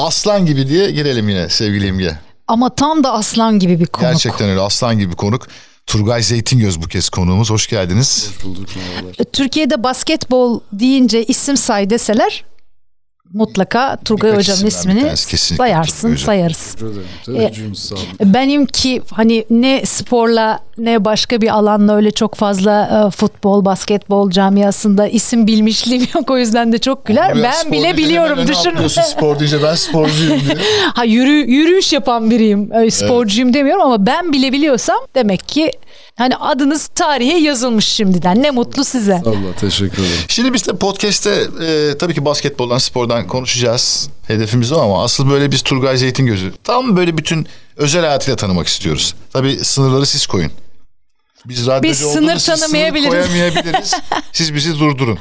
aslan gibi diye girelim yine sevgili İmge. Ama tam da aslan gibi bir konuk. Gerçekten öyle, aslan gibi konuk. Turgay Zeytingöz bu kez konuğumuz. Hoş geldiniz. Hoş bulduk. Merhabalar. Türkiye'de basketbol deyince isim say deseler mutlaka Turgay Birkaç Hocam'ın isimden bir ismini tanesi sayarsın, sayarız. Sağ olun. Benim ki hani ne sporla ne başka bir alanla öyle çok fazla futbol, basketbol camiasında isim bilmişliğim yok. O yüzden de çok güler. Ben bile biliyorum. Düşün. Spor deyince ben sporcuyum diye. Ha yürüyüş yapan biriyim. Sporcuyum demiyorum ama ben bile biliyorsam demek ki hani adınız tarihe yazılmış şimdiden. Ne mutlu size. Allah, teşekkür ederim. Şimdi biz de podcast'te tabii ki basketboldan, spordan konuşacağız. Hedefimiz o ama asıl böyle biz Turgay Zeytingöz'ü tam böyle bütün özel hayatıyla tanımak istiyoruz. Tabii sınırları siz koyun. Biz radyocu sınır olduğumuz için tanımayabiliriz. sınır koyamayabiliriz. Siz bizi durdurun.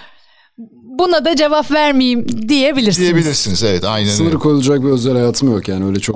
Buna da cevap vermeyeyim diyebilirsiniz. Diyebilirsiniz, evet, aynen Sınır öyle. koyulacak bir özel hayatım yok yani, öyle çok.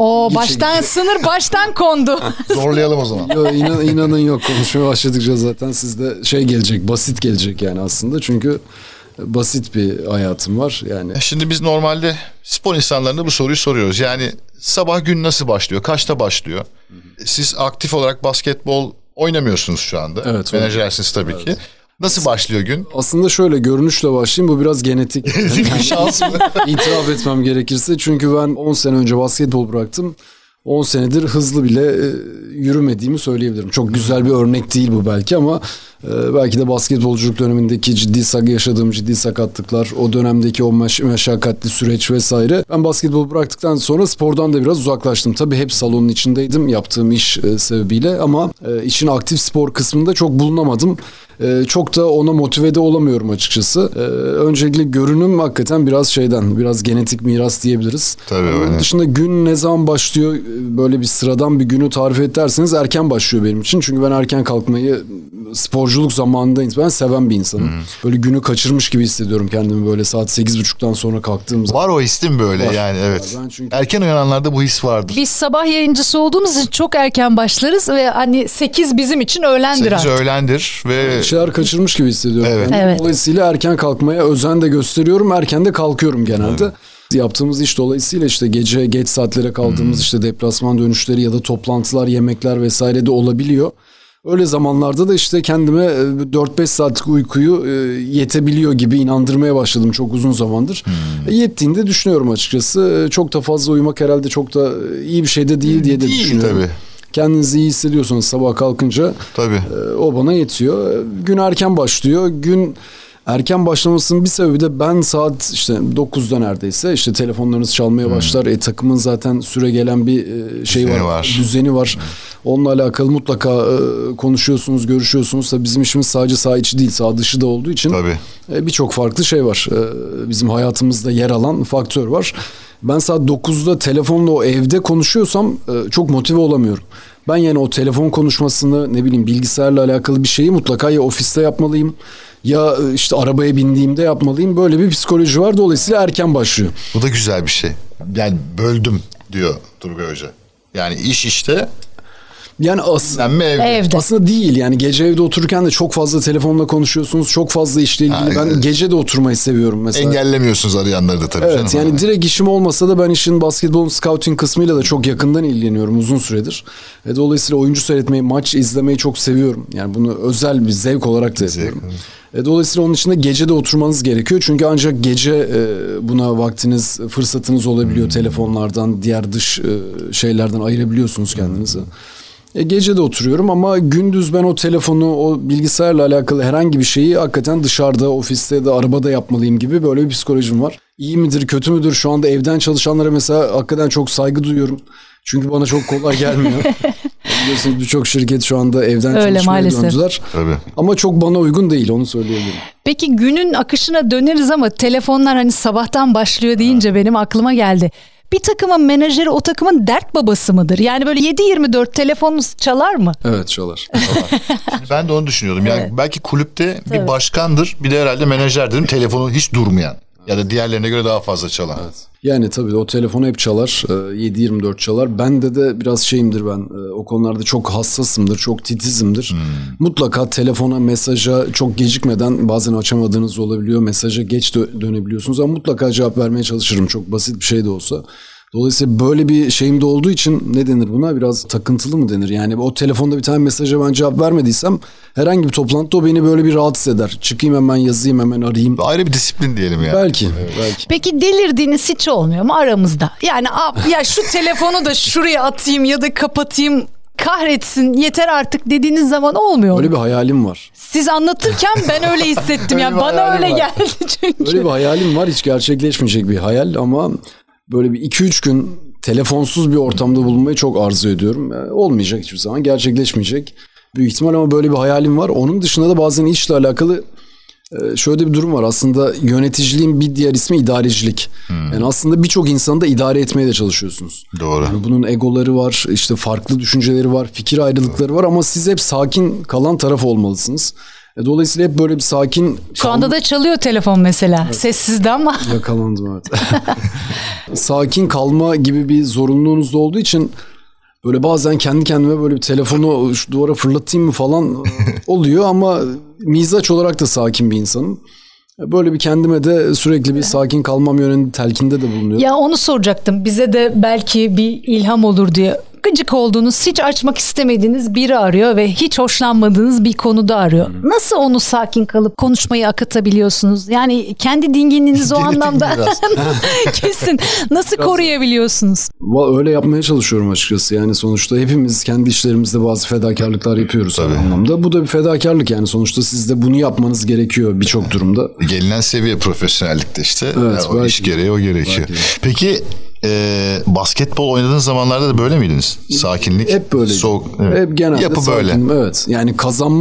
Sınır baştan kondu. Zorlayalım o zaman. Yo, inanın yok, konuşmaya başladıkça zaten sizde gelecek, basit gelecek yani aslında, çünkü basit bir hayatım var yani. Şimdi biz normalde spor insanlarına bu soruyu soruyoruz. Yani sabah gün nasıl başlıyor? Kaçta başlıyor? Siz aktif olarak basketbol oynamıyorsunuz şu anda. Evet. Menajersiniz tabii ki. Nasıl başlıyor gün? Aslında şöyle, görünüşle başlayayım, bu biraz genetik. Şans mı? İtiraf etmem gerekirse, çünkü ben 10 sene önce basketbol bıraktım. 10 senedir hızlı bile yürümediğimi söyleyebilirim. Çok güzel bir örnek değil bu belki ama belki de basketbolculuk dönemindeki yaşadığım ciddi sakatlıklar, o dönemdeki o meşakkatli süreç vesaire. Ben basketbol bıraktıktan sonra spordan da biraz uzaklaştım. Tabii hep salonun içindeydim yaptığım iş sebebiyle ama işin aktif spor kısmında çok bulunamadım. Çok da ona motive de olamıyorum açıkçası. Öncelikle görünüm hakikaten biraz genetik miras diyebiliriz. Tabii Onun öyle. dışında gün ne zaman başlıyor, böyle bir sıradan bir günü tarif et derseniz erken başlıyor benim için. Çünkü ben erken kalkmayı sporculuk zamanında ben seven bir insanım. Böyle günü kaçırmış gibi hissediyorum kendimi, böyle saat 8.30'dan sonra kalktığım zaman. Var o his değil mi böyle? Var. Yani evet. Ben çünkü... Erken uyananlarda bu his vardır. Biz sabah yayıncısı olduğumuz için çok erken başlarız ve hani 8 bizim için öğlendir 8 artık. öğlendir ve şeyler kaçırmış gibi hissediyorum. Evet. Yani Evet. Dolayısıyla erken kalkmaya özen de gösteriyorum. Erken de kalkıyorum genelde. Evet. Yaptığımız iş dolayısıyla işte gece geç saatlere kaldığımız işte deplasman dönüşleri ya da toplantılar, yemekler vesaire de olabiliyor. Öyle zamanlarda da işte kendime 4-5 saatlik uykuyu yetebiliyor gibi inandırmaya başladım çok uzun zamandır. Yettiğini de düşünüyorum açıkçası. Çok da fazla uyumak herhalde çok da iyi bir şey de değil diye de düşünüyorum. Tabii. Kendinizi iyi hissediyorsanız sabah kalkınca Tabii. O bana yetiyor. Gün erken başlıyor. Gün erken başlamasının bir sebebi de ben saat işte 9'da neredeyse işte telefonlarınız çalmaya başlar. Takımın zaten süre gelen bir düzeni var. Onunla alakalı mutlaka konuşuyorsunuz, görüşüyorsunuz. Tabii bizim işimiz sadece saha içi değil, saha dışı da olduğu için birçok farklı şey var. Bizim hayatımızda yer alan faktör var. Ben saat 9'da telefonla o evde konuşuyorsam çok motive olamıyorum. Ben yani o telefon konuşmasını, ne bileyim, bilgisayarla alakalı bir şeyi mutlaka ya ofiste yapmalıyım ya işte arabaya bindiğimde yapmalıyım. Böyle bir psikoloji var. Dolayısıyla erken başlıyor. Bu da güzel bir şey. Yani böldüm diyor Turgay Hoca. Yani iş işte. Yani evde. Aslında değil yani, gece evde otururken de çok fazla telefonla konuşuyorsunuz, çok fazla işle ilgili. Ben gece de oturmayı seviyorum mesela. Engellemiyorsunuz arayanları da tabii. Evet, yani direkt işim olmasa da ben işin basketbolun scouting kısmıyla da çok yakından ilgileniyorum uzun süredir. Dolayısıyla oyuncu seyretmeyi, maç izlemeyi çok seviyorum. Yani bunu özel bir zevk olarak da yapıyorum. Dolayısıyla onun için de gece de oturmanız gerekiyor. Çünkü ancak gece buna vaktiniz, fırsatınız olabiliyor. Telefonlardan, diğer dış şeylerden ayırabiliyorsunuz kendinizi. Gece de oturuyorum ama gündüz ben o telefonu, o bilgisayarla alakalı herhangi bir şeyi hakikaten dışarıda, ofiste ya da arabada yapmalıyım gibi böyle bir psikolojim var. İyi midir, kötü müdür? Şu anda evden çalışanlara mesela hakikaten çok saygı duyuyorum. Çünkü bana çok kolay gelmiyor. Biliyorsunuz birçok şirket şu anda evden çalışmaya döndüler. Tabii. Ama çok bana uygun değil, onu söyleyebilirim. Peki günün akışına döneriz ama telefonlar hani sabahtan başlıyor deyince benim aklıma geldi. Bir takımın menajeri o takımın dert babası mıdır? Yani böyle 7/24 telefonunuz çalar mı? Evet, çalar. Şimdi ben de onu düşünüyordum. Yani belki kulüpte bir başkandır, bir de herhalde menajerdir. Telefonu hiç durmayan. Ya da diğerlerine göre daha fazla çalan. Evet. Yani tabii o telefon hep çalar. 7/24 çalar. Bende de biraz şeyimdir ben. O konularda çok hassasımdır. Çok titizimdir. Mutlaka telefona, mesaja çok gecikmeden, bazen açamadığınız olabiliyor. Mesaja geç dönebiliyorsunuz ama mutlaka cevap vermeye çalışırım. Çok basit bir şey de olsa. Dolayısıyla böyle bir şeyim de olduğu için ne denir buna? Biraz takıntılı mı denir? Yani o telefonda bir tane mesaja ben cevap vermediysem herhangi bir toplantıda o beni böyle bir rahatsız eder. Çıkayım hemen, yazayım hemen, arayayım. Ayrı bir disiplin diyelim yani. Belki. Peki delirdiğiniz hiç olmuyor mu aramızda? Yani ya şu telefonu da şuraya atayım ya da kapatayım, kahretsin yeter artık dediğiniz zaman olmuyor mu? Öyle bir hayalim var. Siz anlatırken ben öyle hissettim. Yani bana öyle geldi çünkü. Öyle bir hayalim var. Hiç gerçekleşmeyecek bir hayal ama böyle bir 2-3 gün telefonsuz bir ortamda bulunmayı çok arzu ediyorum. Yani olmayacak hiçbir zaman. Gerçekleşmeyecek büyük ihtimal ama böyle bir hayalim var. Onun dışında da bazen işle alakalı şöyle bir durum var. Aslında yöneticiliğin bir diğer ismi idarecilik. Yani aslında birçok insanı da idare etmeye de çalışıyorsunuz. Doğru. Yani bunun egoları var, işte farklı düşünceleri var, fikir ayrılıkları var ama siz hep sakin kalan taraf olmalısınız. Dolayısıyla hep böyle bir sakin... Şu anda da çalıyor telefon mesela. Evet. Sessizde ama. Yakalandım evet. Sakin kalma gibi bir zorunluluğunuz da olduğu için böyle bazen kendi kendime böyle bir telefonu şu duvara fırlatayım mı falan oluyor ama mizaç olarak da sakin bir insanım. Böyle bir kendime de sürekli bir sakin kalmam yönünde telkinde de bulunuyorum. Ya onu soracaktım. Bize de belki bir ilham olur diye. Gıcık olduğunuz, hiç açmak istemediğiniz biri arıyor ve hiç hoşlanmadığınız bir konuda arıyor. Nasıl onu sakin kalıp konuşmayı akıtabiliyorsunuz? Yani kendi dinginliğinizi o anlamda kesin. Nasıl koruyabiliyorsunuz? Öyle yapmaya çalışıyorum açıkçası. Yani sonuçta hepimiz kendi işlerimizde bazı fedakarlıklar yapıyoruz her anlamda. Bu da bir fedakarlık yani. Sonuçta siz de bunu yapmanız gerekiyor birçok durumda. Gelinen seviye profesyonellikte işte. Evet, yani o iş gereği o gerekiyor. Belki. Peki basketbol oynadığınız zamanlarda da böyle miydiniz? Sakinlik. Hep böyleydi. Soğuk, evet. Hep genelde yapı sakinim. böyle. Evet. Yani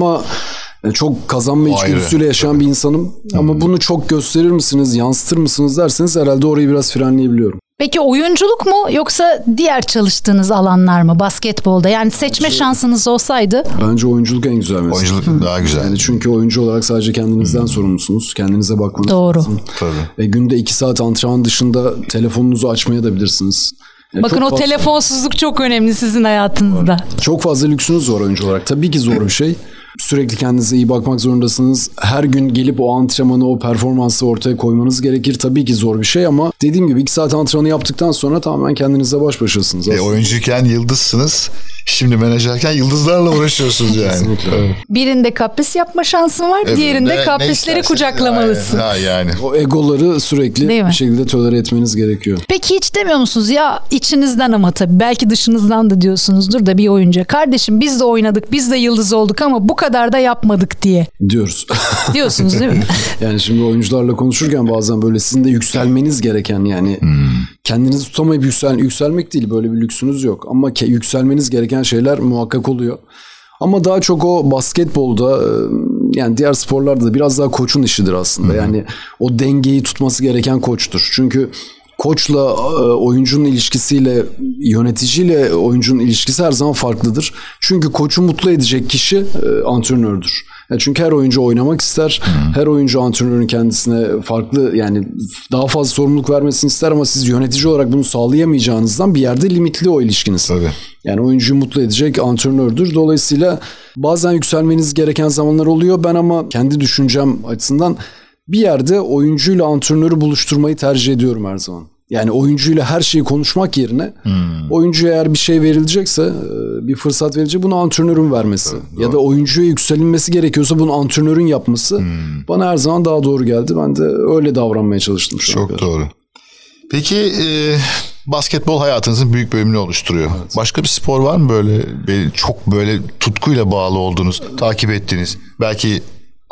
çok kazanma içgüdüsüyle yaşayan bir insanım. Ama bunu çok gösterir misiniz, yansıtır mısınız derseniz herhalde orayı biraz frenleyebiliyorum. Peki oyunculuk mu yoksa diğer çalıştığınız alanlar mı basketbolda? Yani seçme şansınız olsaydı. Bence oyunculuk en güzel mesela. Oyunculuk daha güzel. Yani çünkü oyuncu olarak sadece kendinizden sorumlusunuz. Kendinize bakmanız lazım. Tabii. Günde 2 saat antrenman dışında telefonunuzu açmaya da bilirsiniz. Yani bakın o telefonsuzluk çok önemli sizin hayatınızda. Çok fazla lüksünüz var oyuncu olarak. Tabii ki zor bir şey. Sürekli kendinize iyi bakmak zorundasınız. Her gün gelip o antrenmanı, o performansı ortaya koymanız gerekir. Tabii ki zor bir şey ama dediğim gibi 2 saat antrenmanı yaptıktan sonra tamamen kendinizle baş başasınız. Oyuncuyken yıldızsınız. Şimdi menajerken yıldızlarla uğraşıyorsunuz yani. Kesinlikle. Birinde kapris yapma şansın var, diğerinde kaprisleri kucaklamalısın. Yani. O egoları sürekli bir şekilde tolere etmeniz gerekiyor. Peki hiç demiyor musunuz ya içinizden ama tabii belki dışınızdan da diyorsunuzdur da bir oyuncu. Kardeşim biz de oynadık, biz de yıldız olduk ama bu kadar da yapmadık diye. Diyoruz. Diyorsunuz değil mi? Yani şimdi oyuncularla konuşurken bazen böyle sizin de yükselmeniz gereken yani kendinizi tutamayıp yükselmek değil, böyle bir lüksünüz yok. Ama yükselmeniz gereken şeyler muhakkak oluyor. Ama daha çok o basketbolda yani diğer sporlarda da biraz daha koçun işidir aslında. Yani o dengeyi tutması gereken koçtur. Çünkü koçla oyuncunun ilişkisiyle, yöneticiyle oyuncunun ilişkisi her zaman farklıdır. Çünkü koçu mutlu edecek kişi antrenördür. Yani çünkü her oyuncu oynamak ister. Her oyuncu antrenörün kendisine farklı yani daha fazla sorumluluk vermesini ister ama siz yönetici olarak bunu sağlayamayacağınızdan bir yerde limitli o ilişkiniz. Tabii. Yani oyuncuyu mutlu edecek antrenördür. Dolayısıyla bazen yükselmeniz gereken zamanlar oluyor. Ben ama kendi düşüncem açısından bir yerde oyuncuyla antrenörü buluşturmayı tercih ediyorum her zaman. Yani oyuncuyla her şeyi konuşmak yerine oyuncuya eğer bir şey verilecekse, bir fırsat verilecek, bunu antrenörün vermesi. Evet, ya da oyuncuya yükselinmesi gerekiyorsa bunu antrenörün yapması bana her zaman daha doğru geldi. Ben de öyle davranmaya çalıştım. Çok doğru. Peki basketbol hayatınızın büyük bölümünü oluşturuyor. Evet. Başka bir spor var mı böyle çok böyle tutkuyla bağlı olduğunuz, takip ettiğiniz, belki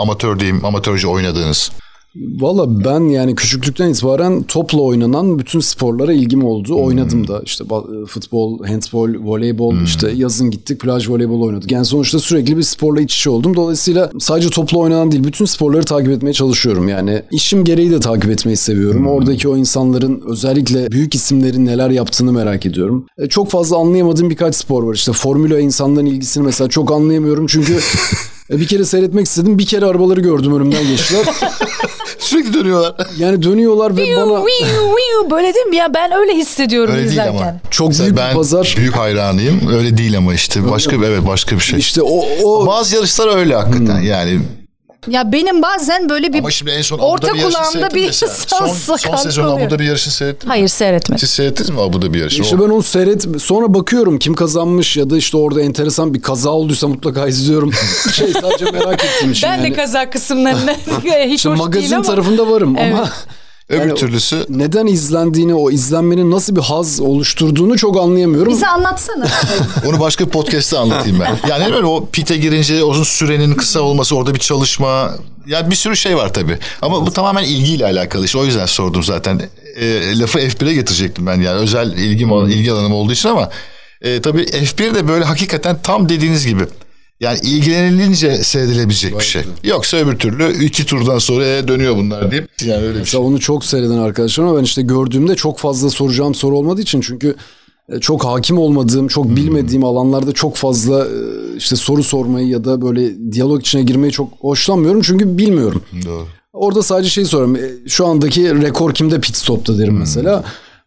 amatörce oynadığınız? Valla ben yani küçüklükten itibaren topla oynanan bütün sporlara ilgim oldu. Oynadım da işte futbol, handbol, voleybol, işte yazın gittik plaj voleybol oynadık. Yani sonuçta sürekli bir sporla iç içe oldum. Dolayısıyla sadece topla oynanan değil bütün sporları takip etmeye çalışıyorum. Yani işim gereği de takip etmeyi seviyorum. Oradaki o insanların özellikle büyük isimlerin neler yaptığını merak ediyorum. Çok fazla anlayamadığım birkaç spor var. İşte Formula insanların ilgisini mesela çok anlayamıyorum çünkü bir kere seyretmek istedim. Bir kere arabaları gördüm önümden geçtiler. Sürekli dönüyorlar. Yani dönüyorlar ve bana böyle değil mi? Ya ben öyle hissediyorum Öyle değil izlerken. ama. çok Mesela büyük ben bir pazar. büyük hayranıyım. Öyle değil ama işte başka bir şey. İşte o Bazı yarışlar öyle hakikaten yani. Ya benim bazen böyle bir Ama şimdi en son orta Abu'da bir yarışını kulağımda seyrettin bir mesela. Son sakat sezon oluyor. Abu'da bir yarışını seyrettin mi? Hayır, seyretmedim. Siz seyrettiniz mi Abu'da bir yarışı? İşte ben onu sonra bakıyorum kim kazanmış ya da işte orada enteresan bir kaza olduysa mutlaka izliyorum. Sadece merak ettiğim için. Ben de kaza kısımlarında hiç İşte hoş magazin değil ama. tarafında varım ama Öbür yani türlüsü neden izlendiğini, o izlenmenin nasıl bir haz oluşturduğunu çok anlayamıyorum. Bize anlatsana. onu başka bir podcast'te anlatayım ben. Yani böyle o pit'e girince uzun sürenin kısa olması, orada bir çalışma. Yani bir sürü şey var tabii. Ama bu tamamen ilgiyle alakalı işte. O yüzden sordum zaten. Lafı F1'e getirecektim ben yani. Özel ilgi alanım olduğu için ama tabii F1 de böyle hakikaten tam dediğiniz gibi. Yani ilgilenilince seyredilebilecek bir şey. Yoksa öbür türlü 2 turdan sonra dönüyor bunlar deyip. Yani öyle bir şey. Mesela onu çok seyreden arkadaşlarıma ben işte gördüğümde çok fazla soracağım soru olmadığı için çünkü çok hakim olmadığım, çok bilmediğim alanlarda çok fazla işte soru sormayı ya da böyle diyalog içine girmeyi çok hoşlanmıyorum çünkü bilmiyorum. Doğru. Orada sadece şey sorarım. Şu andaki rekor kimde pit stop'ta derim mesela.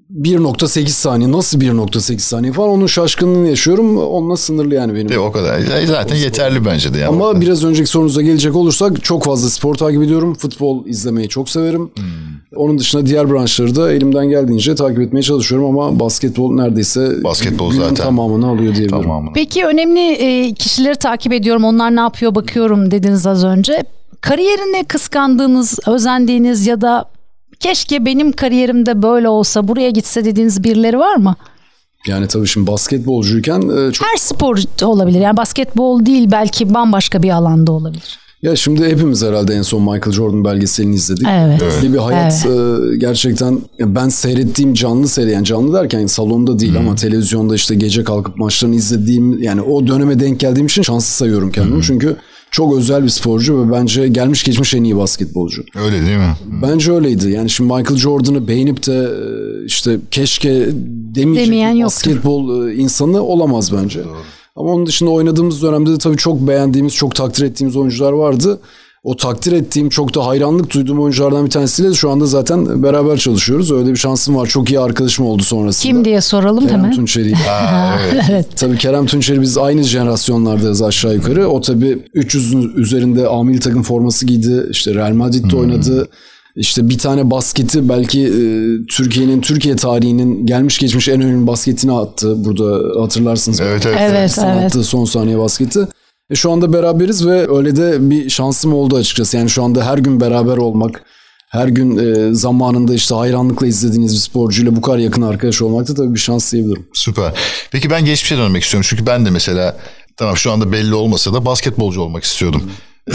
1.8 saniye nasıl 1.8 saniye falan onun şaşkınlığını yaşıyorum. Onunla sınırlı yani benim. O kadar. Zaten yeterli bence de. Yani ama orada. biraz önceki sorunuza gelecek olursak çok fazla spor takip ediyorum. Futbol izlemeyi çok severim. Onun dışında diğer branşları da elimden geldiğince takip etmeye çalışıyorum ama basketbol neredeyse Basketbol günün zaten tamamını alıyor diyebilirim. Tamamını. Peki önemli kişileri takip ediyorum. Onlar ne yapıyor bakıyorum dediniz az önce. Kariyerine kıskandığınız, özendiğiniz ya da keşke benim kariyerimde böyle olsa, buraya gitse dediğiniz birileri var mı? Yani tabii şimdi basketbolcuyken çok... Her spor olabilir. Yani basketbol değil, belki bambaşka bir alanda olabilir. Ya şimdi hepimiz herhalde en son Michael Jordan belgeselini izledik. Evet. Bir hayat gerçekten ben seyrettiğim yani canlı derken salonda değil ama televizyonda işte gece kalkıp maçlarını izlediğim yani o döneme denk geldiğim için şanslı sayıyorum kendimi. Çünkü çok özel bir sporcu ve bence gelmiş geçmiş en iyi basketbolcu. Öyle değil mi? Bence öyleydi. Yani şimdi Michael Jordan'ı beğenip de işte keşke demeyecek Demeyen bir yoktur. basketbol insanı olamaz bence. Doğru. Ama onun dışında oynadığımız dönemde de tabii çok beğendiğimiz, çok takdir ettiğimiz oyuncular vardı. O takdir ettiğim, çok da hayranlık duyduğum oyunculardan bir tanesiyle de şu anda zaten beraber çalışıyoruz. Öyle bir şansım var. Çok iyi arkadaşım oldu sonrasında. Kim diye soralım Kerem hemen. Tunçeri. Evet. Tabii Kerem Tunçeri biz aynı jenerasyonlardayız aşağı yukarı. O tabii 300'ün üzerinde A milli takım forması giydi. İşte Real Madrid'de oynadı. İşte bir tane basketi belki Türkiye tarihinin gelmiş geçmiş en önemli basketini attı. Burada hatırlarsınız. Evet. Evet. Attığı son saniye basketi. Şu anda beraberiz ve öyle de bir şansım oldu açıkçası. Yani şu anda her gün beraber olmak, her gün zamanında işte hayranlıkla izlediğiniz bir sporcuyla bu kadar yakın arkadaş olmak da tabii bir şans diyebilirim. Süper. Peki ben geçmişe dönmek istiyorum. Çünkü ben de mesela tamam şu anda belli olmasa da basketbolcu olmak istiyordum.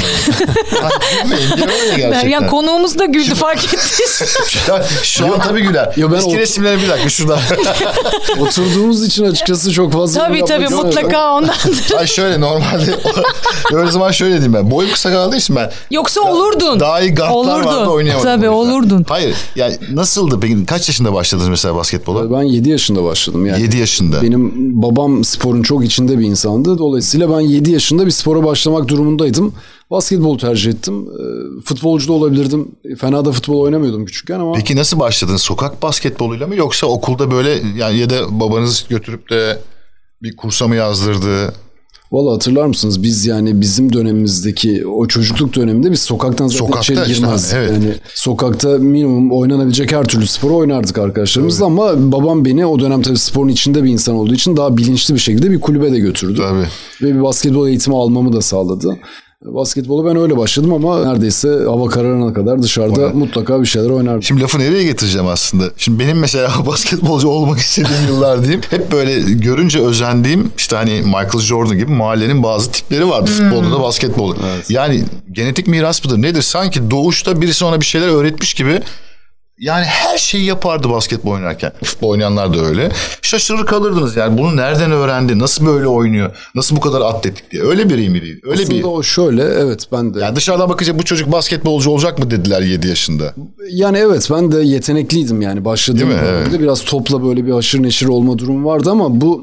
Gerçekten. Ya konuğumuz da güldü fark ettiniz. Şu an tabii güler. Yo, ben Eski resimleri bir dakika şurada. Oturduğumuz için açıkçası çok fazla... tabii mutlaka ondandır. Ay şöyle normalde öyle zaman şöyle diyeyim ben. Boyum kısa kaldığı için ben. Yoksa olurdun. Daha iyi guardlar vardı oynayamadım. Tabii o yüzden. olurdun. Hayır yani nasıldı peki kaç yaşında başladınız mesela basketbola? Ben 7 yaşında başladım. Yani 7 yaşında. Benim babam sporun çok içinde bir insandı. Dolayısıyla ben 7 yaşında bir spora başlamak durumundaydım. Basketbol tercih ettim. Futbolcu da olabilirdim. Fena da futbol oynamıyordum küçükken ama... Peki nasıl başladın? Sokak basketboluyla mı yoksa okulda böyle yani ya da babanız götürüp de bir kursa mı yazdırdı? Valla hatırlar mısınız? Biz yani bizim dönemimizdeki o çocukluk döneminde biz sokaktan zaten içeri girmezdik. Işte, evet. Yani sokakta minimum oynanabilecek her türlü sporu oynardık arkadaşlarımızla ama babam beni o dönem tabii sporun içinde bir insan olduğu için daha bilinçli bir şekilde bir kulübe de götürdü. Tabii. Ve bir basketbol eğitimi almamı da sağladı. Basketbola ben öyle başladım ama neredeyse hava kararına kadar dışarıda mutlaka bir şeyler oynardım. Şimdi lafı nereye getireceğim aslında? Şimdi benim mesela basketbolcu olmak istediğim yıllar diyeyim. Hep böyle görünce özendiğim işte hani Michael Jordan gibi mahallenin bazı tipleri vardı. Futbolda da basketbolda. Evet. Yani genetik miras mıdır nedir? Sanki doğuşta birisi ona bir şeyler öğretmiş gibi. Yani her şeyi yapardı basketbol oynarken. Futbol oynayanlar da öyle. Şaşırır kalırdınız yani bunu nereden öğrendi? Nasıl böyle oynuyor? Nasıl bu kadar atletik diye. Öyle biri miydi? Öyle aslında bir. o şöyle evet ben de. Yani dışarıdan bakınca bu çocuk basketbolcu olacak mı dediler 7 yaşında. Yani evet ben de yetenekliydim yani başladığım dönemde biraz topla böyle bir haşır neşir olma durumu vardı ama bu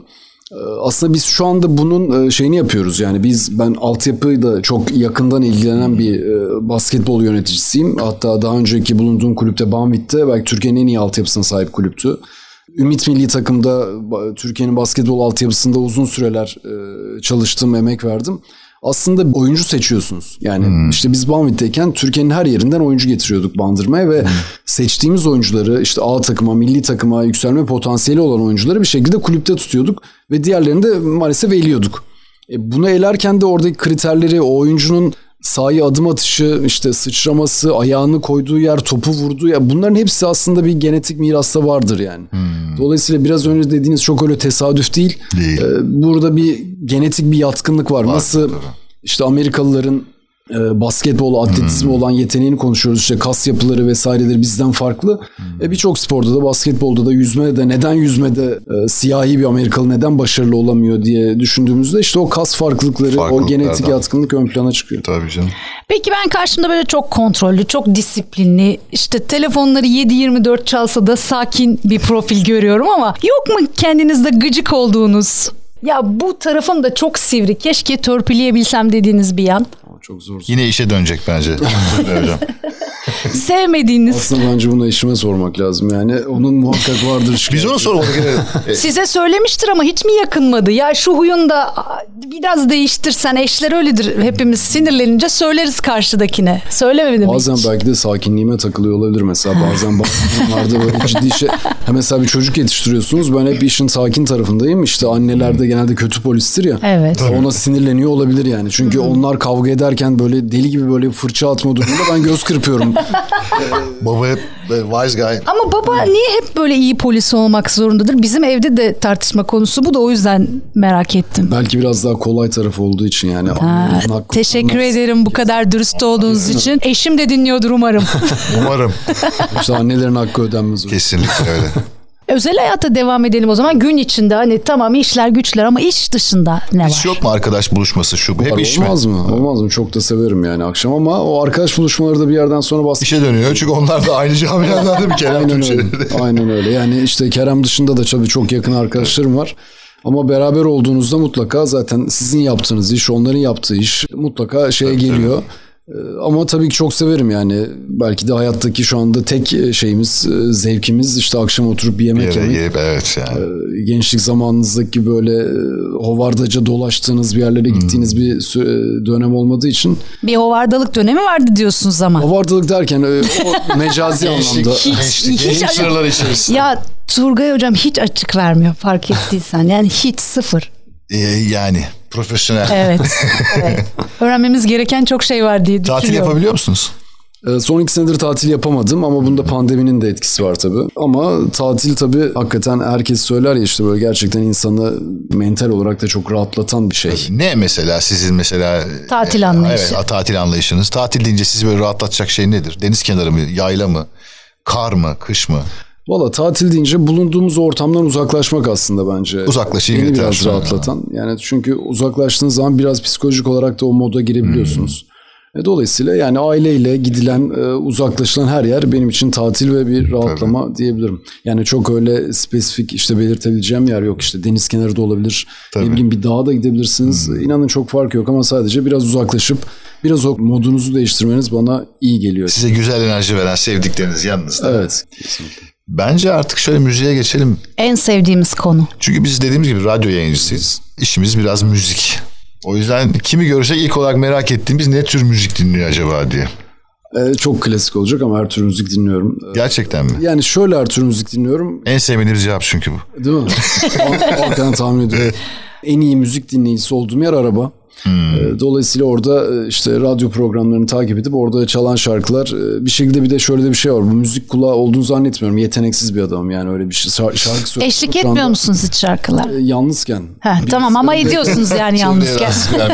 Aslında biz şu anda bunun şeyini yapıyoruz. Yani ben altyapıyla çok yakından ilgilenen bir basketbol yöneticisiyim. Hatta daha önceki bulunduğum kulüpte Banvit'te belki Türkiye'nin en iyi altyapısına sahip kulüptü. Ümit Milli Takım'da Türkiye'nin basketbol altyapısında uzun süreler çalıştım, emek verdim. Aslında oyuncu seçiyorsunuz. Yani işte biz Banvit'teyken Türkiye'nin her yerinden oyuncu getiriyorduk Bandırma'ya ve seçtiğimiz oyuncuları işte A takıma, milli takıma yükselme potansiyeli olan oyuncuları bir şekilde kulüpte tutuyorduk ve diğerlerini de maalesef eliyorduk. Bunu elerken de oradaki kriterleri, o oyuncunun sahaya adım atışı, işte sıçraması, ayağını koyduğu yer, topu vurduğu yer, bunların hepsi aslında bir genetik mirasta vardır yani. Dolayısıyla biraz önce dediğiniz çok öyle tesadüf değil. Burada bir genetik bir yatkınlık var. Nasıl işte Amerikalıların basketbol, atletizmi olan yeteneğini konuşuyoruz. İşte kas yapıları vesaireleri bizden farklı. Birçok sporda da, basketbolda da, yüzmede de, neden yüzmede siyahi bir Amerikalı neden başarılı olamıyor diye düşündüğümüzde işte o kas farklılıkları, o genetik yatkınlık ön plana çıkıyor. Tabii canım. Peki ben karşımda böyle çok kontrollü, çok disiplinli, işte telefonları 7/24 çalsa da sakin bir profil görüyorum ama yok mu kendinizde gıcık olduğunuz? Ya bu tarafım da çok sivri, keşke törpüleyebilsem dediğiniz bir yan. Çok zor. Yine işe dönecek bence. Hocam. Sevmediğiniz. Aslında bence bunu eşime sormak lazım yani. Onun muhakkak vardır. Biz onu sormadık. Size söylemiştir ama hiç mi yakınmadı? Ya şu huyunu da biraz değiştirsen, eşler öyledir. Hepimiz sinirlenince söyleriz karşıdakine. Söylemedim bazen hiç. belki de sakinliğime takılıyor olabilir mesela. Bazen bazı böyle ciddi şey. Mesela bir çocuk yetiştiriyorsunuz. Ben hep işin sakin tarafındayım. İşte anneler de genelde kötü polistir ya. Evet. Ona sinirleniyor olabilir yani. Çünkü onlar kavga ederken böyle deli gibi böyle fırça atma durumunda ben göz kırpıyorum. Baba hep wise guy. Ama baba niye hep böyle iyi polis olmak zorundadır? Bizim evde de tartışma konusu bu da, o yüzden merak ettim. Belki biraz daha kolay tarafı olduğu için yani. Teşekkür ederim bu kadar dürüst olduğunuz için. Eşim de dinliyordur umarım. Umarım. İşte annelerin hakkı ödenmez. Kesinlikle öyle. Özel hayata devam edelim o zaman. Gün içinde hani tamam işler güçler ama iş dışında ne var? Hiç yok mu arkadaş buluşması şu? Hep iş mi? Olmaz mı? Olmaz mı? Çok da severim yani akşam ama o arkadaş buluşmaları da bir yerden sonra İşe dönüyor çünkü onlar da aynı camialarda bir kere. Aynen öyle. Yani işte Kerem dışında da tabii çok yakın arkadaşlarım var. Ama beraber olduğunuzda mutlaka zaten sizin yaptığınız iş, onların yaptığı iş mutlaka şeye geliyor. Ama tabii ki çok severim yani. Belki de hayattaki şu anda tek şeyimiz, zevkimiz işte akşam oturup bir yemek yemek. Evet yani. Gençlik zamanınızdaki böyle hovardaca dolaştığınız bir yerlere gittiğiniz bir dönem olmadığı için. Bir hovardalık dönemi vardı diyorsunuz ama. Hovardalık derken o mecazi anlamda. Genç sırlar içerisinde. Ya Turgay hocam hiç açık vermiyor fark ettiysen. Yani hiç, sıfır. Yani profesyonel. Evet. Öğrenmemiz gereken çok şey var diye düşünüyorum. Tatil yapabiliyor musunuz? Son 2 senedir tatil yapamadım ama bunda pandeminin de etkisi var tabii. Ama tatil tabii hakikaten herkes söyler ya işte böyle gerçekten insanı mental olarak da çok rahatlatan bir şey. Ne mesela sizin tatil anlayışı? Evet, tatil anlayışınız. Tatil deyince sizi böyle rahatlatacak şey nedir? Deniz kenarı mı, yayla mı, kar mı, kış mı? Valla tatil deyince bulunduğumuz ortamdan uzaklaşmak aslında bence. Uzaklaşayım beni yeter. Biraz rahatlatan. Yani çünkü uzaklaştığınız zaman biraz psikolojik olarak da o moda girebiliyorsunuz. Dolayısıyla yani aileyle gidilen, uzaklaşılan her yer benim için tatil ve bir rahatlama diyebilirim. Yani çok öyle spesifik işte belirtebileceğim yer yok. İşte deniz kenarı da olabilir. Ne bileyim bir dağa da gidebilirsiniz. İnanın çok fark yok ama sadece biraz uzaklaşıp biraz o modunuzu değiştirmeniz bana iyi geliyor. Size güzel enerji veren sevdikleriniz yanınızda. Evet. Kesinlikle. Bence artık şöyle müziğe geçelim. En sevdiğimiz konu. Çünkü biz dediğimiz gibi radyo yayıncısıyız. İşimiz biraz müzik. O yüzden kimi görsek ilk olarak merak ettiğimiz ne tür müzik dinliyor acaba diye. Çok klasik olacak ama her tür müzik dinliyorum. Gerçekten mi? Yani şöyle her tür müzik dinliyorum. En sevmediğimiz cevap çünkü bu. Değil mi? Hakikaten tahmin ediyorum. En iyi müzik dinleyicisi olduğum yer araba. Dolayısıyla orada işte radyo programlarını takip edip orada çalan şarkılar bir şekilde bir de şöyle de bir şey var. Bu müzik kulağı olduğunu zannetmiyorum. Yeteneksiz bir adamım yani öyle bir şey. Şarkı söylüyorum. Eşlik etmiyor musunuz hiç şarkılar? Yalnızken. Tamam ama ediyorsunuz yani yalnızken.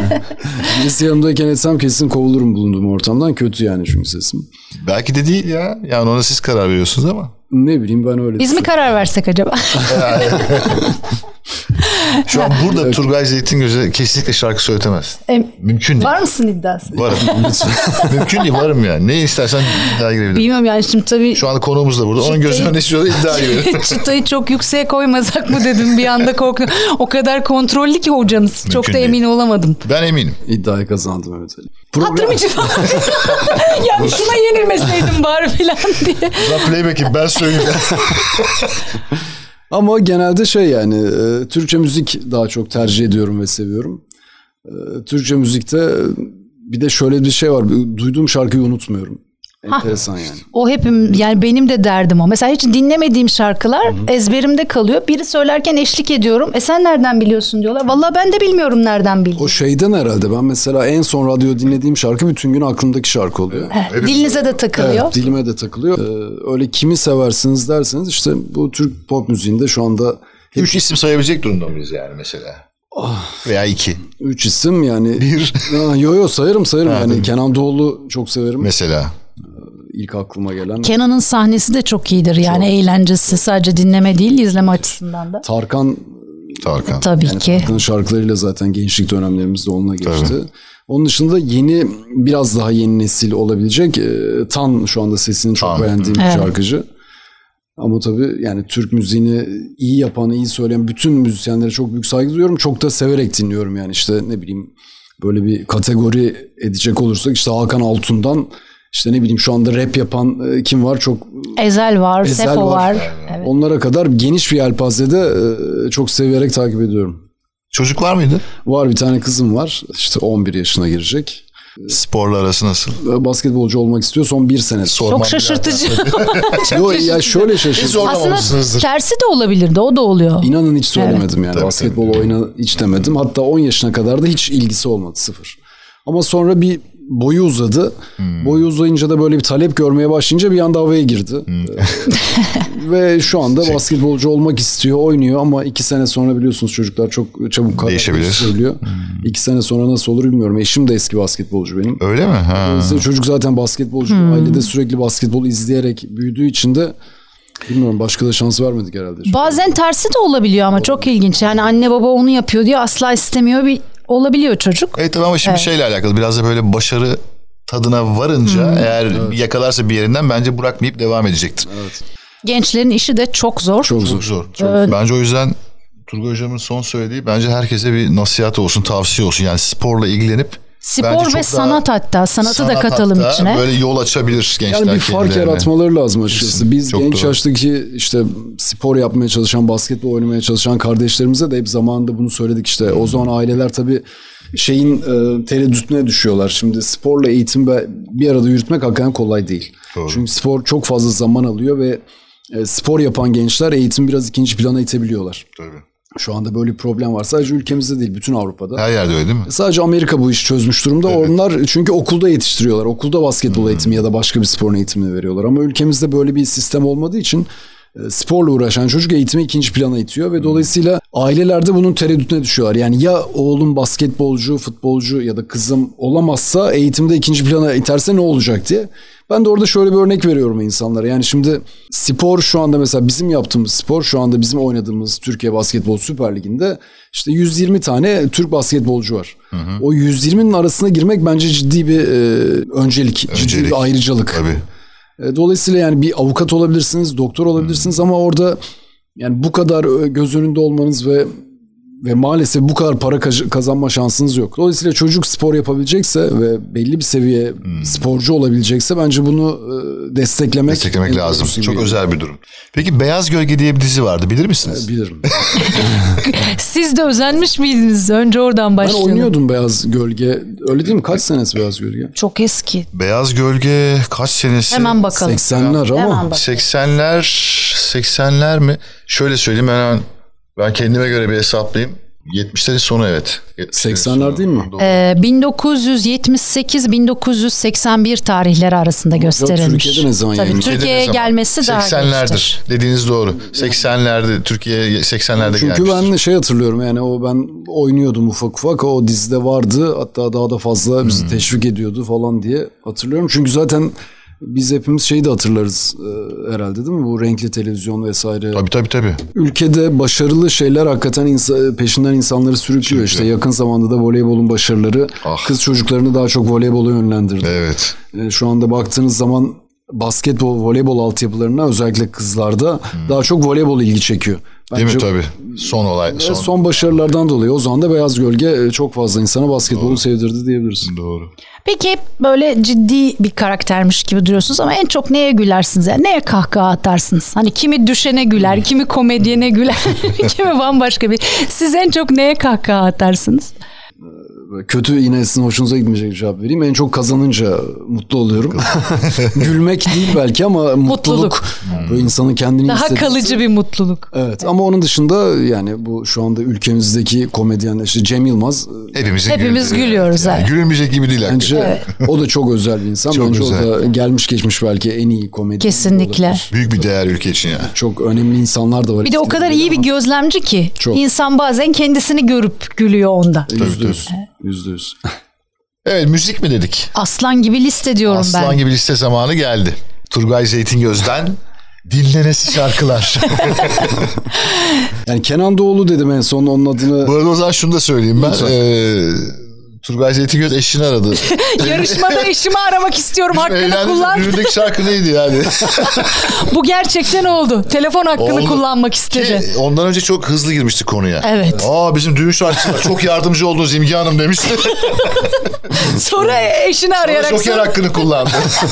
Birisi yanımdayken etsem kesin kovulurum bulunduğum ortamdan. Kötü yani çünkü sesim. Belki de değil ya. Yani ona siz karar veriyorsunuz ama. Ne bileyim ben öyle. Biz mi karar versek acaba? Şu an burada Turgay Zeytingöz'e kesinlikle şarkı söyletemez. Mümkün değil. Var mısın iddiası? Varım. Mümkün değil, varım yani. Ne istersen iddia girebilirim. Bilmiyorum yani şimdi tabii. Şu anda konuğumuz da burada. Onun gözü önüne şurada iddia girelim. Çıtayı çok yükseğe koymasak mı dedim bir anda korktum. O kadar kontrollü ki hocamız. Çok da değil. emin olamadım. Ben eminim. İddiayı kazandım evet. Hatırım için falan. Ya şuna yenilmeseydim bari falan diye. Ben playback'im, ben söyleyeyim. Ama genelde yani Türkçe müzik daha çok tercih ediyorum ve seviyorum. Türkçe müzikte bir de şöyle bir şey var. Duyduğum şarkıyı unutmuyorum. Enteresan yani. O hepim yani benim de derdim o. Mesela hiç dinlemediğim şarkılar ezberimde kalıyor. Biri söylerken eşlik ediyorum. Sen nereden biliyorsun diyorlar. Vallahi ben de bilmiyorum nereden bildiğimi. O şeyden herhalde ben mesela en son radyo dinlediğim şarkı bütün gün aklımdaki şarkı oluyor. Evet, dilinize de takılıyor. Evet, dilime de takılıyor. Öyle kimi seversiniz derseniz işte bu Türk pop müziğinde şu anda 3 isim sayabilecek durumda mıyız yani mesela? Veya 2. 3 isim yani. 1. Yo sayarım yani. Kenan Doğulu çok severim. Mesela. İlk aklıma gelen. Kenan'ın sahnesi de çok iyidir yani eğlencesi sadece dinleme değil izleme açısından da. Tarkan. Tabii yani ki. Tarkan'ın şarkılarıyla zaten gençlik dönemlerimizde onunla geçti. Tabii. Onun dışında biraz daha yeni nesil olabilecek Tan şu anda sesini çok beğendiğim bir şarkıcı. Ama tabii yani Türk müziğini iyi yapan, iyi söyleyen bütün müzisyenlere çok büyük saygı duyuyorum. Çok da severek dinliyorum yani işte ne bileyim böyle bir kategori edecek olursak işte Hakan Altun'dan işte ne bileyim şu anda rap yapan kim var çok... Ezel var, Sefo var. Evet. Onlara kadar geniş bir yelpazede çok severek takip ediyorum. Çocuk var mıydı? Var, bir tane kızım var işte 11 yaşına girecek. Sporla arası nasıl? Basketbolcu olmak istiyor son 1 sene. Çok şaşırtıcı. Yok ya şöyle şaşırtıcı. Aslında tersi de olabilirdi, o da oluyor. İnanın hiç söylemedim yani. Tabii, basketbol oyna hiç demedim. Hatta 10 yaşına kadar da hiç ilgisi olmadı, 0. Ama sonra bir boyu uzadı. Boyu uzayınca da böyle bir talep görmeye başlayınca bir anda havaya girdi. Ve şu anda basketbolcu olmak istiyor, oynuyor ama 2 sene sonra biliyorsunuz çocuklar çok çabuk karar değişebiliyor. 2 sene sonra nasıl olur bilmiyorum. Eşim de eski basketbolcu benim. Öyle mi? Çocuk zaten basketbolcu. Ailede sürekli basketbol izleyerek büyüdüğü için de bilmiyorum, başka da şans vermedik herhalde. Bazen tersi de olabiliyor ama çok ilginç. Yani anne baba onu yapıyor diye asla istemiyor olabiliyor çocuk. Evet tabii ama şimdi şeyle alakalı biraz da böyle başarı tadına varınca eğer yakalarsa bir yerinden bence bırakmayıp devam edecektir. Evet. Gençlerin işi de çok zor. Çok zor. Bence o yüzden Turgay Hocam'ın son söylediği bence herkese bir nasihat olsun, tavsiye olsun. Yani sporla ilgilenip spor ve sanat, hatta sanatı da katalım içine. Böyle yol açabilir gençler. Yani bir fark yaratmaları lazım açıkçası. Biz çok genç doğru. yaştaki işte spor yapmaya çalışan, basketbol oynamaya çalışan kardeşlerimize de hep zamanında bunu söyledik işte. O zaman aileler tabii tereddütüne düşüyorlar. Şimdi sporla eğitim bir arada yürütmek hakikaten kolay değil. Doğru. Çünkü spor çok fazla zaman alıyor ve spor yapan gençler eğitim biraz ikinci plana itebiliyorlar. Tabii. Şu anda böyle bir problem var. Sadece ülkemizde değil, bütün Avrupa'da. Her yerde öyle değil mi? Sadece Amerika bu işi çözmüş durumda. Evet. Onlar çünkü okulda yetiştiriyorlar. Okulda basketbol eğitimi ya da başka bir sporun eğitimini veriyorlar. Ama ülkemizde böyle bir sistem olmadığı için sporla uğraşan çocuk eğitimi ikinci plana itiyor ve dolayısıyla ailelerde bunun tereddütüne düşüyorlar. Yani ya oğlum basketbolcu, futbolcu ya da kızım olamazsa eğitimde ikinci plana iterse ne olacak diye. Ben de orada şöyle bir örnek veriyorum insanlara. Yani şimdi spor şu anda mesela bizim yaptığımız spor şu anda bizim oynadığımız Türkiye Basketbol Süper Ligi'nde işte 120 tane Türk basketbolcu var. O 120'nin arasına girmek bence ciddi bir öncelik, ciddi bir ayrıcalık. Tabii. Dolayısıyla yani bir avukat olabilirsiniz, doktor olabilirsiniz ama orada yani bu kadar göz önünde olmanız ve maalesef bu kadar para kazanma şansınız yok. Dolayısıyla çocuk spor yapabilecekse ve belli bir seviye sporcu olabilecekse bence bunu desteklemek lazım. Çok özel bir durum. Peki Beyaz Gölge diye bir dizi vardı, bilir misiniz? Bilirim. Siz de özenmiş miydiniz? Önce oradan başlayalım. Ben oynuyordum Beyaz Gölge. Öyle değil mi? Kaç senesi Beyaz Gölge? Çok eski. Beyaz Gölge kaç senesi? Hemen bakalım. 80'ler ama. 80'ler mi? Şöyle söyleyeyim ben kendime göre bir hesaplayayım. 70'lerin sonu evet. 80'ler değil mi? 1978-1981 tarihleri arasında gösterilmiş. Türkiye'de ne zaman Tabii Türkiye'ye gelmesi daha 80'lerdir. geçtir. Dediğiniz doğru. 80'lerde Türkiye'ye 80'lerde gelmiştir. Çünkü ben hatırlıyorum yani ben oynuyordum ufak o dizide vardı. Hatta daha da fazla bizi teşvik ediyordu falan diye hatırlıyorum. Çünkü zaten Biz hepimiz şeyi de hatırlarız herhalde değil mi? Bu renkli televizyon vesaire. Tabii. Ülkede başarılı şeyler hakikaten peşinden insanları sürüklüyor. İşte yakın zamanda da voleybolun başarıları kız çocuklarını daha çok voleybola yönlendirdi. Evet. Şu anda baktığınız zaman basketbol, voleybol altyapılarına özellikle kızlarda daha çok voleybol ilgi çekiyor. Değil mi tabii? Son başarılardan dolayı o zaman da Beyaz Gölge çok fazla insana basketbolu sevdirdi diyebiliriz. Doğru. Peki hep böyle ciddi bir karaktermiş gibi duruyorsunuz ama en çok neye gülersiniz? Yani neye kahkaha atarsınız? Hani kimi düşene güler, kimi komedyene güler, kimi bambaşka bir. Siz en çok neye kahkaha atarsınız? Kötü, yine sizin hoşunuza gitmeyecek bir cevap vereyim. En çok kazanınca mutlu oluyorum. Gülmek değil belki ama mutluluk. Böyle insanın kendini daha hissetmesi. kalıcı bir mutluluk. Evet, ama onun dışında yani bu şu anda ülkemizdeki komedyenler, işte Cem Yılmaz. Hepimiz gülüyoruz. Yani. Gülünmeyecek gibi değil. Bence o da çok özel bir insan. Çok bence güzel. o da gelmiş geçmiş belki en iyi komedyen. Kesinlikle. Olabilir. Büyük bir değer ülke için yani. Çok önemli insanlar da var. Bir de o kadar iyi bir gözlemci ki Çok. insan bazen kendisini görüp gülüyor onda. %100. Evet, müzik mi dedik? Aslan gibi liste diyorum ben. Aslan gibi liste zamanı geldi. Turgay Zeytingöz'den dinlenesi şarkılar. Yani Kenan Doğulu dedim en son, onun adını. Bu arada o zaman şunu da söyleyeyim ben. Turgay Zeytingöz eşini aradı. Yarışmada eşimi aramak istiyorum. Hakkını kullan. Düğündeki şarkı neydi yani? Bu gerçekten oldu. Telefon hakkını Oldu. kullanmak istedi. Ki ondan önce çok hızlı girmişti konuya. Evet. Bizim düğün şarkısı var. Çok yardımcı oldunuz İmge Hanım demişti. Sonra eşini arayarak Joker hakkını kullandı.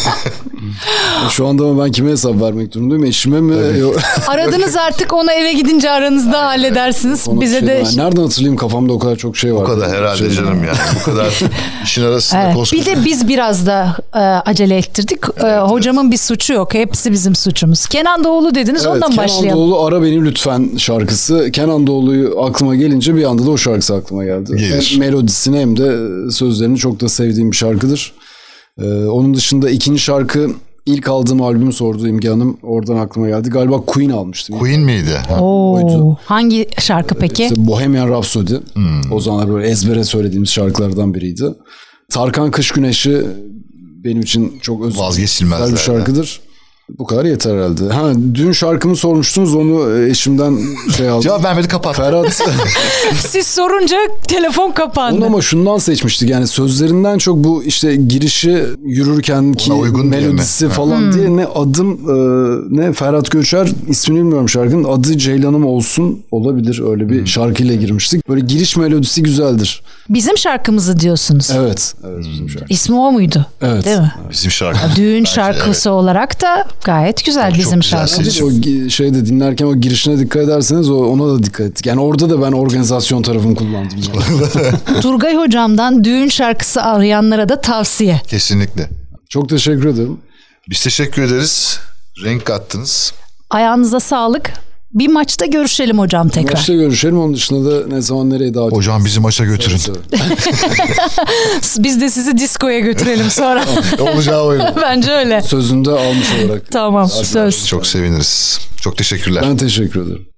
Şu anda ama ben kime hesap vermek durumundayım? Eşime mi? Yok. aradınız artık, onu eve gidince aranızda halledersiniz. Bize de nereden hatırlayayım, kafamda o kadar çok şey var. O kadar herhalde canım yani. Bu kadar işin arasında evet. koskoca. Bir de biz biraz da acele ettirdik. Hocamın bir suçu yok. Hepsi bizim suçumuz. Kenan Doğulu dediniz, Evet, ondan başlayalım. Kenan Doğulu Ara Beni Lütfen şarkısı. Kenan Doğulu'yu aklıma gelince bir anda da o şarkısı aklıma geldi. Gelir. Hem melodisini hem de sözlerini çok da sevdiğim bir şarkıdır. Onun dışında ikinci şarkı, ilk aldığım albümü sordu İmge Hanım. Oradan aklıma geldi. Galiba Queen almıştım. Queen miydi? Oo, hangi şarkı peki? İşte Bohemian Rhapsody. O zamanlar böyle ezbere söylediğimiz şarkılardan biriydi. Tarkan Kış Güneşi benim için çok vazgeçilmez bir şarkıdır. Bu kadar yeter herhalde. Dün şarkımı sormuştunuz, onu eşimden aldım. Cevap vermedi, kapat. Ferhat. Siz sorunca telefon kapandı. Onu ama şundan seçmiştik, yani sözlerinden çok bu işte girişi, yürürken ki melodisi falan diye, ne adım ne Ferhat Göçer, ismini bilmiyorum şarkının, adı Ceylanım Olsun olabilir, öyle bir şarkıyla girmiştik. Böyle giriş melodisi güzeldir. Bizim şarkımızı diyorsunuz. Evet bizim şarkı. İsmi o muydu? Evet. Değil mi? Bizim şarkı. Düğün şarkısı olarak da gayet güzel bizim şarkımız. O şeyde dinlerken o girişine dikkat ederseniz ona da dikkat ettik. Yani orada da ben organizasyon tarafını kullandım. Yani. Turgay hocamdan düğün şarkısı arayanlara da tavsiye. Kesinlikle. Çok teşekkür ederim. Biz teşekkür ederiz. Renk kattınız. Ayağınıza sağlık. Bir maçta görüşelim hocam tekrar. Maçta görüşelim. Onun dışında da ne zaman nereye davet ederiz. Hocam bizi maça götürün. Biz de sizi diskoya götürelim sonra. Olacağı oyun. Bence öyle. Sözünde almış olarak. Tamam, söz. Çok seviniriz. Çok teşekkürler. Ben teşekkür ederim.